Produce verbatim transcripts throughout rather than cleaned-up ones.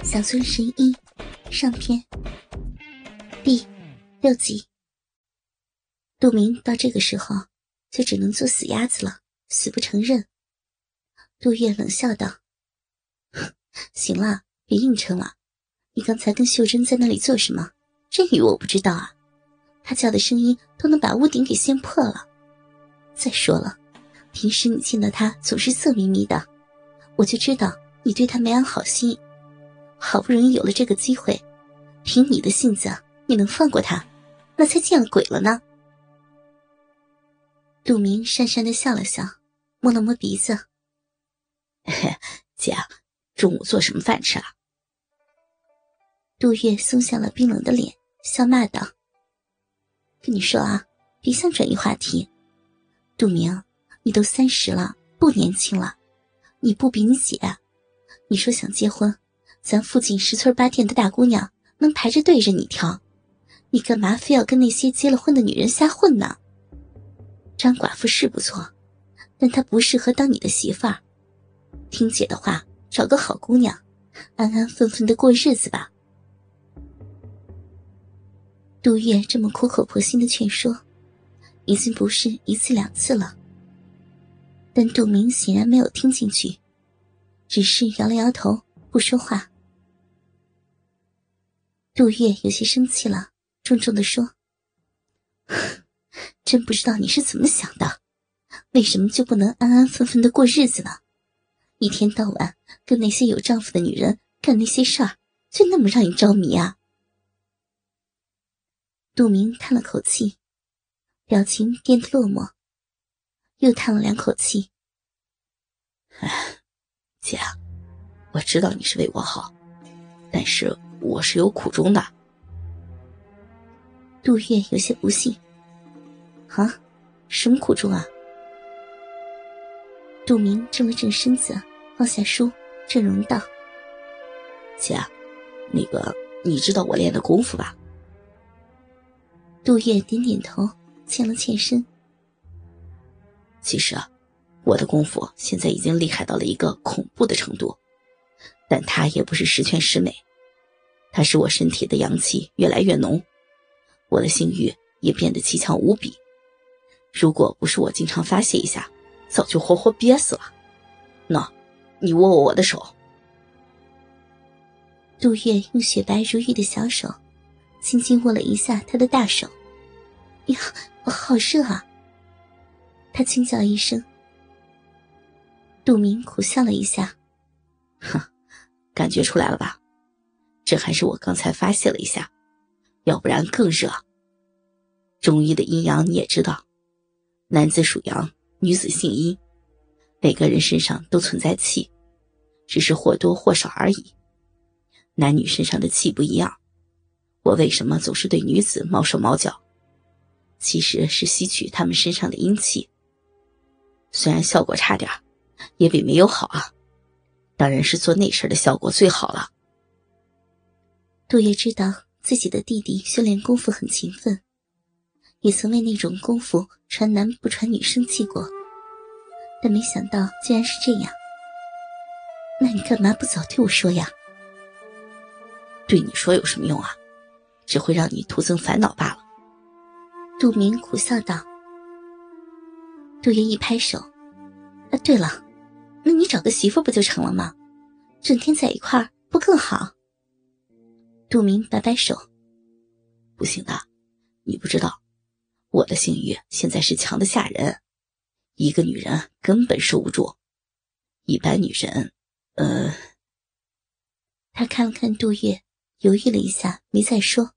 小村神医上篇第六集。杜明到这个时候就只能做死鸭子了，死不承认。杜月冷笑道：行了，别硬撑了，你刚才跟秀珍在那里做什么？这语我不知道啊，她叫的声音都能把屋顶给掀破了。再说了，平时你见到她总是色眯眯的，我就知道你对她没安好心。好不容易有了这个机会，凭你的性子，你能放过她？那才见了鬼了呢。杜明讪讪地笑了笑，摸了摸鼻子。 姐，中午做什么饭吃啊？ 杜月松下了冰冷的脸，笑骂道：跟你说啊，别想转移话题。杜明，你都三十了，不年轻了，你不比你姐，你说想结婚，咱附近十村八店的大姑娘能排着队任你挑，你干嘛非要跟那些结了婚的女人瞎混呢？张寡妇是不错，但她不适合当你的媳妇儿。听姐的话，找个好姑娘，安安分分的过日子吧。杜月这么苦口婆心的劝说，已经不是一次两次了，但杜明显然没有听进去，只是摇了摇头，不说话。杜月有些生气了，重重地说：真不知道你是怎么想的，为什么就不能安安分分的过日子呢？一天到晚跟那些有丈夫的女人干那些事儿，就那么让你着迷啊？杜明叹了口气，表情变得落寞，又叹了两口气。 唉，姐，我知道你是为我好，但是我是有苦衷的。 杜月有些不信。啊，什么苦衷啊？杜明正了正身子，放下书，正容道： 姐，那个你知道我练的功夫吧？ 杜月点点头，欠了欠身。 其实啊，我的功夫现在已经厉害到了一个恐怖的程度，但它也不是十全十美，它使我身体的阳气越来越浓，我的性欲也变得奇强无比。如果不是我经常发泄一下，早就活活憋死了。喏，你握握我的手。 杜月用雪白如玉的小手轻轻握了一下他的大手。呀，好热啊！他轻叫一声。杜明苦笑了一下。 哼，感觉出来了吧？这还是我刚才发泄了一下，要不然更热。中医的阴阳你也知道，男子属阳，女子姓阴，每个人身上都存在气，只是或多或少而已。男女身上的气不一样，我为什么总是对女子毛手毛脚？其实是吸取他们身上的阴气，虽然效果差点，也比没有好啊。当然是做内事的效果最好了。 杜月知道自己的弟弟修炼功夫很勤奋，也曾为那种功夫传男不传女生气过，但没想到竟然是这样。那你干嘛不早对我说呀？ 对你说有什么用啊？只会让你徒增烦恼罢了。 杜明苦笑道。杜月一拍手：啊，对了，那你找个媳妇不就成了吗？整天在一块儿不更好？杜明摆摆手： 不行的，你不知道，我的性欲现在是强得吓人，一个女人根本受不住。一般女人，呃…… 他看了看杜月，犹豫了一下，没再说。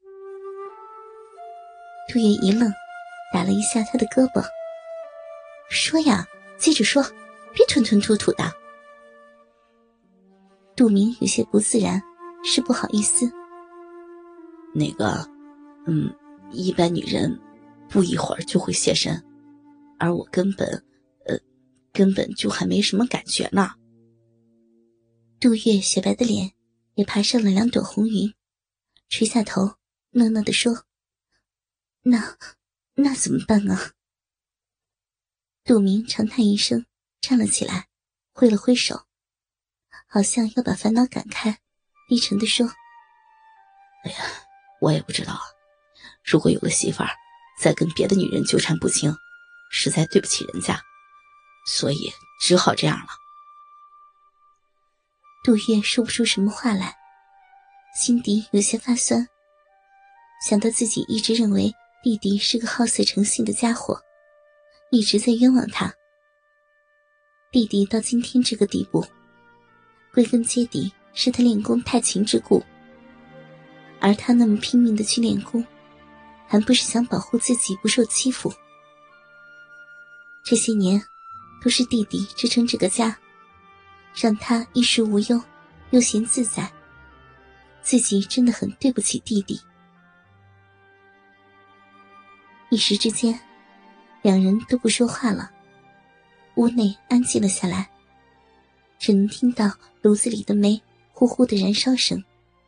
杜月一愣，打了一下他的胳膊：说呀，接着说，别吞吞吐吐的。杜明有些不自然，是不好意思。 那个，嗯，一般女人不一会儿就会现身，而我根本，呃，根本就还没什么感觉呢。 杜月雪白的脸也爬上了两朵红云，垂下头，讷讷地说：那那怎么办啊？杜明长叹一声，站了起来，挥了挥手，好像要把烦恼赶开， 低沉地说： 哎呀，我也不知道啊，如果有了媳妇儿再跟别的女人纠缠不清，实在对不起人家，所以只好这样了。 杜月说不出什么话来，心底有些发酸，想到自己一直认为弟弟是个好色成性的家伙，一直在冤枉他。弟弟到今天这个地步，归根结底是他练功太勤之故，而他那么拼命的去练功，还不是想保护自己不受欺负。这些年都是弟弟支撑这个家，让他衣食无忧，悠闲自在，自己真的很对不起弟弟。一时之间，两人都不说话了，屋内安静了下来，只能听到炉子里的煤呼呼的燃烧声。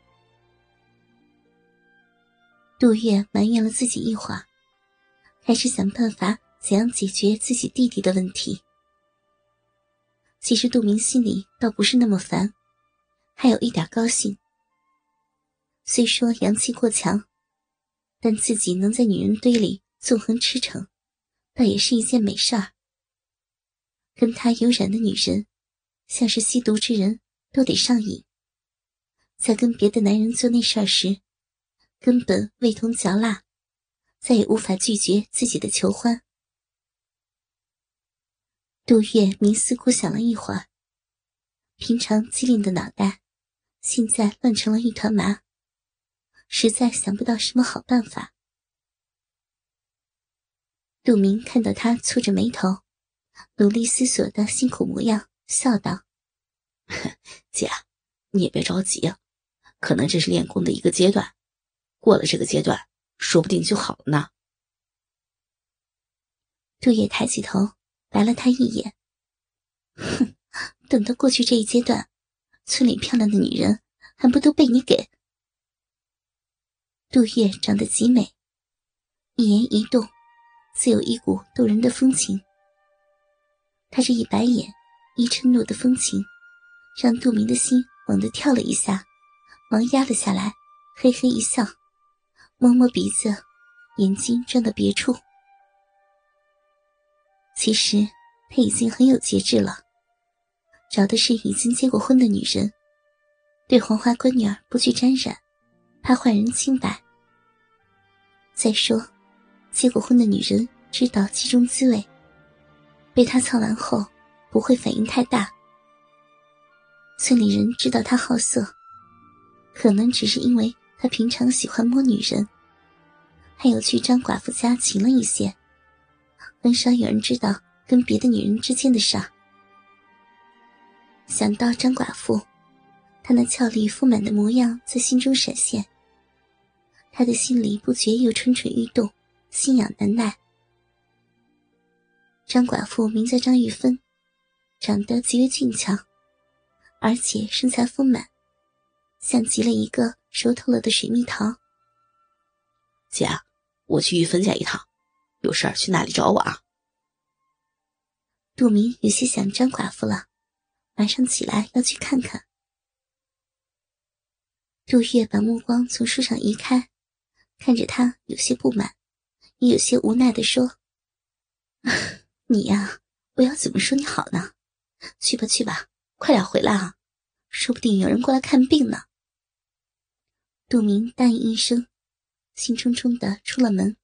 杜月埋怨了自己一会儿，开始想办法怎样解决自己弟弟的问题。其实杜明心里倒不是那么烦，还有一点高兴。虽说阳气过强，但自己能在女人堆里纵横驰骋，倒也是一件美事儿。跟他有染的女人，像是吸毒之人，都得上瘾。在跟别的男人做那事儿时，根本味同嚼蜡，再也无法拒绝自己的求欢。杜月冥思苦想了一会儿，平常机灵的脑袋现在乱成了一团麻，实在想不到什么好办法。杜明看到他蹙着眉头，努力思索的辛苦模样，笑道： 姐，你也别着急啊，可能这是练功的一个阶段，过了这个阶段说不定就好了呢。 杜月抬起头白了他一眼，哼，等到过去这一阶段，村里漂亮的女人还不都被你给……杜月长得极美，一言一动自有一股动人的风情。他这一白眼一嗔怒的风情，让杜明的心猛地跳了一下，忙压了下来，嘿嘿一笑，摸摸鼻子，眼睛转到别处。其实他已经很有节制了，找的是已经结过婚的女人，对黄花闺女儿不去沾染，怕坏人清白。再说结过婚的女人知道其中滋味，被他操完后不会反应太大。村里人知道他好色，可能只是因为他平常喜欢摸女人，还有去张寡妇家请了一些，很少有人知道跟别的女人之间的事儿。想到张寡妇，她那俏丽丰满的模样在心中闪现，他的心里不觉又蠢蠢欲动，心痒难耐。张寡妇名叫张玉芬，长得极为俊俏，而且身材丰满，像极了一个熟透了的水蜜桃。 姐，我去玉芬家一趟，有事儿去那里找我啊。 杜明有些想张寡妇了，马上起来要去看看。杜月把目光从书上移开，看着他有些不满，也有些无奈地说：你呀，我要怎么说你好呢？去吧去吧，快点回来啊，说不定有人过来看病呢。杜明答应一声，兴冲冲地出了门。